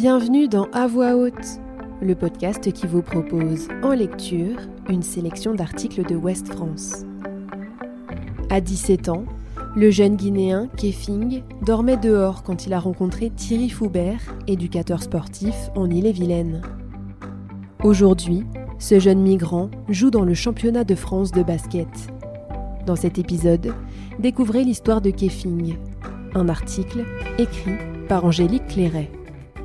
Bienvenue dans À voix haute, le podcast qui vous propose en lecture une sélection d'articles de Ouest France. À 17 ans, le jeune Guinéen Kefing dormait dehors quand il a rencontré Thierry Foubert, éducateur sportif en Ille-et-Vilaine. Aujourd'hui, ce jeune migrant joue dans le championnat de France de basket. Dans cet épisode, découvrez l'histoire de Kefing, un article écrit par Angélique Clairet.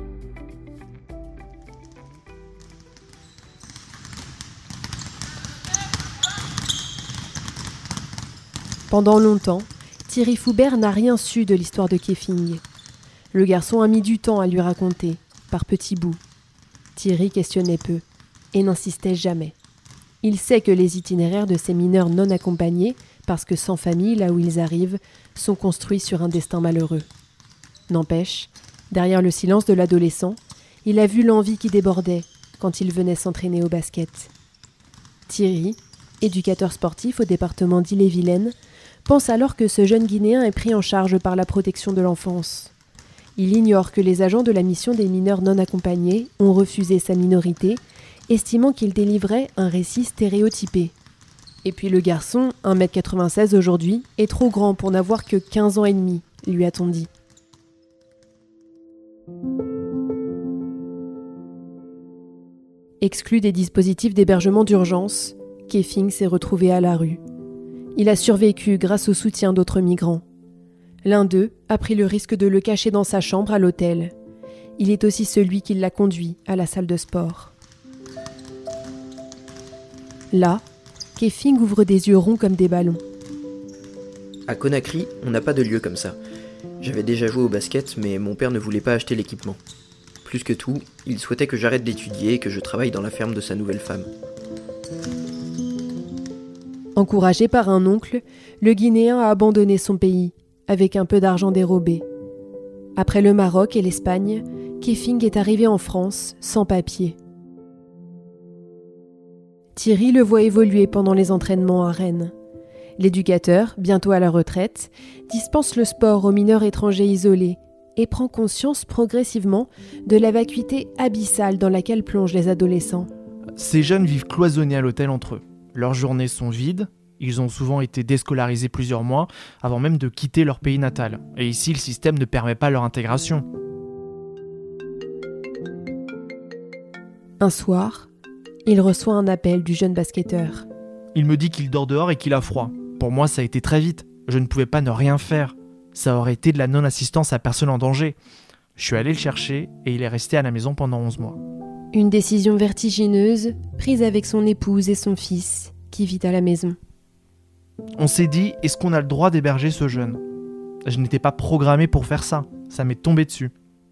Pendant longtemps, Thierry Foubert n'a rien su de l'histoire de Kefing. Le garçon a mis du temps à lui raconter, par petits bouts. Thierry questionnait peu, et n'insistait jamais. Il sait que les itinéraires de ces mineurs non accompagnés, parce que sans famille là où ils arrivent, sont construits sur un destin malheureux. N'empêche, derrière le silence de l'adolescent, il a vu l'envie qui débordait quand il venait s'entraîner au basket. Thierry, éducateur sportif au département d'Ille-et-Vilaine, pense alors que ce jeune Guinéen est pris en charge par la protection de l'enfance. Il ignore que les agents de la mission des mineurs non accompagnés ont refusé sa minorité, estimant qu'il délivrait un récit stéréotypé. Et puis le garçon, 1m96 aujourd'hui, est trop grand pour n'avoir que 15 ans et demi, lui a-t-on dit. Exclu des dispositifs d'hébergement d'urgence, Kefing s'est retrouvé à la rue. Il a survécu grâce au soutien d'autres migrants. L'un d'eux a pris le risque de le cacher dans sa chambre à l'hôtel. Il est aussi celui qui l'a conduit à la salle de sport. Là, Kefing ouvre des yeux ronds comme des ballons. À Conakry, on n'a pas de lieu comme ça. J'avais déjà joué au basket, mais mon père ne voulait pas acheter l'équipement. Plus que tout, il souhaitait que j'arrête d'étudier et que je travaille dans la ferme de sa nouvelle femme. Encouragé par un oncle, le Guinéen a abandonné son pays, avec un peu d'argent dérobé. Après le Maroc et l'Espagne, Kefing est arrivé en France, sans papier. Thierry le voit évoluer pendant les entraînements à Rennes. L'éducateur, bientôt à la retraite, dispense le sport aux mineurs étrangers isolés et prend conscience progressivement de la vacuité abyssale dans laquelle plongent les adolescents. Ces jeunes vivent cloisonnés à l'hôtel entre eux. Leurs journées sont vides, ils ont souvent été déscolarisés plusieurs mois avant même de quitter leur pays natal. Et ici, le système ne permet pas leur intégration. Un soir, il reçoit un appel du jeune basketteur. Il me dit qu'il dort dehors et qu'il a froid. Pour moi, ça a été très vite. Je ne pouvais pas ne rien faire. Ça aurait été de la non-assistance à personne en danger. Je suis allé le chercher et il est resté à la maison pendant 11 mois. Une décision vertigineuse, prise avec son épouse et son fils, qui vit à la maison. On s'est dit, est-ce qu'on a le droit d'héberger ce jeune ? Je n'étais pas programmé pour faire ça. Ça m'est tombé dessus.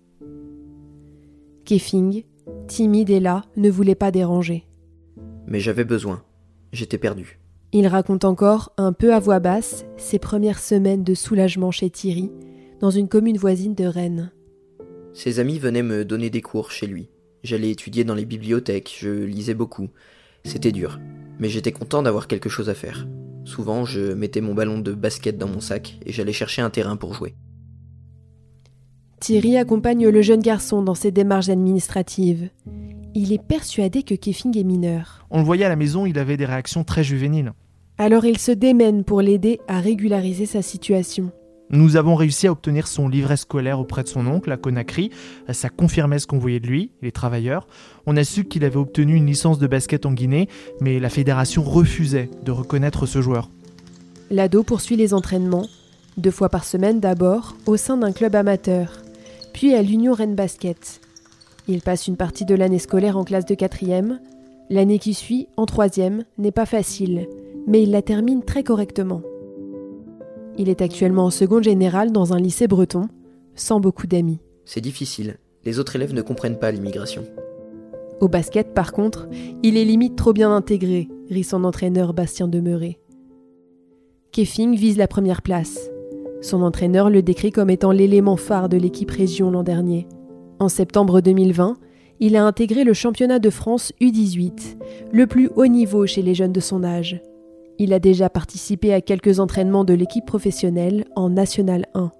Kefing, timide et las, ne voulait pas déranger. Mais j'avais besoin. J'étais perdu. Il raconte encore, un peu à voix basse, ses premières semaines de soulagement chez Thierry, dans une commune voisine de Rennes. Ses amis venaient me donner des cours chez lui. J'allais étudier dans les bibliothèques, je lisais beaucoup. C'était dur, mais j'étais content d'avoir quelque chose à faire. Souvent, je mettais mon ballon de basket dans mon sac et j'allais chercher un terrain pour jouer. Thierry accompagne le jeune garçon dans ses démarches administratives. Il est persuadé que Kefing est mineur. On le voyait à la maison, il avait des réactions très juvéniles. Alors il se démène pour l'aider à régulariser sa situation. Nous avons réussi à obtenir son livret scolaire auprès de son oncle à Conakry. Ça confirmait ce qu'on voyait de lui, les travailleurs. On a su qu'il avait obtenu une licence de basket en Guinée, mais la fédération refusait de reconnaître ce joueur. L'ado poursuit les entraînements, 2 fois par semaine d'abord, au sein d'un club amateur, puis à l'Union Rennes Basket. Il passe une partie de l'année scolaire en classe de 4e. L'année qui suit, en 3e, n'est pas facile, mais il la termine très correctement. Il est actuellement en seconde générale dans un lycée breton, sans beaucoup d'amis. C'est difficile. Les autres élèves ne comprennent pas l'immigration. Au basket, par contre, il est limite trop bien intégré, rit son entraîneur Bastien Demeuré. Kefing vise la première place. Son entraîneur le décrit comme étant l'élément phare de l'équipe région l'an dernier. En septembre 2020, il a intégré le championnat de France U18, le plus haut niveau chez les jeunes de son âge. Il a déjà participé à quelques entraînements de l'équipe professionnelle en National 1.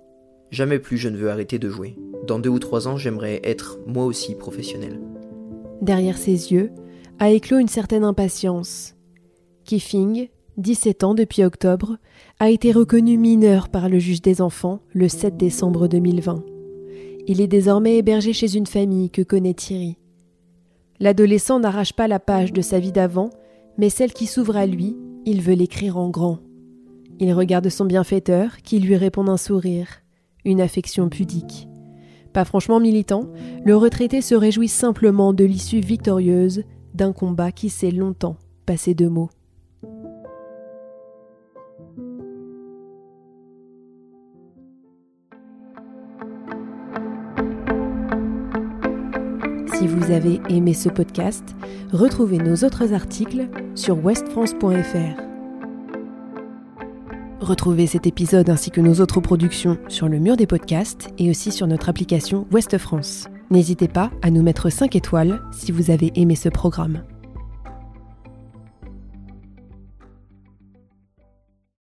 Jamais plus je ne veux arrêter de jouer. Dans 2 ou 3 ans, j'aimerais être moi aussi professionnel. » Derrière ses yeux a éclos une certaine impatience. Keefing, 17 ans depuis octobre, a été reconnu mineur par le juge des enfants le 7 décembre 2020. Il est désormais hébergé chez une famille que connaît Thierry. L'adolescent n'arrache pas la page de sa vie d'avant, mais celle qui s'ouvre à lui, il veut l'écrire en grand. Il regarde son bienfaiteur qui lui répond d'un sourire, une affection pudique. Pas franchement militant, le retraité se réjouit simplement de l'issue victorieuse d'un combat qui s'est longtemps passé de mots. Si vous avez aimé ce podcast, retrouvez nos autres articles sur westfrance.fr. Retrouvez cet épisode ainsi que nos autres productions sur le mur des podcasts et aussi sur notre application Ouest France. N'hésitez pas à nous mettre 5 étoiles si vous avez aimé ce programme.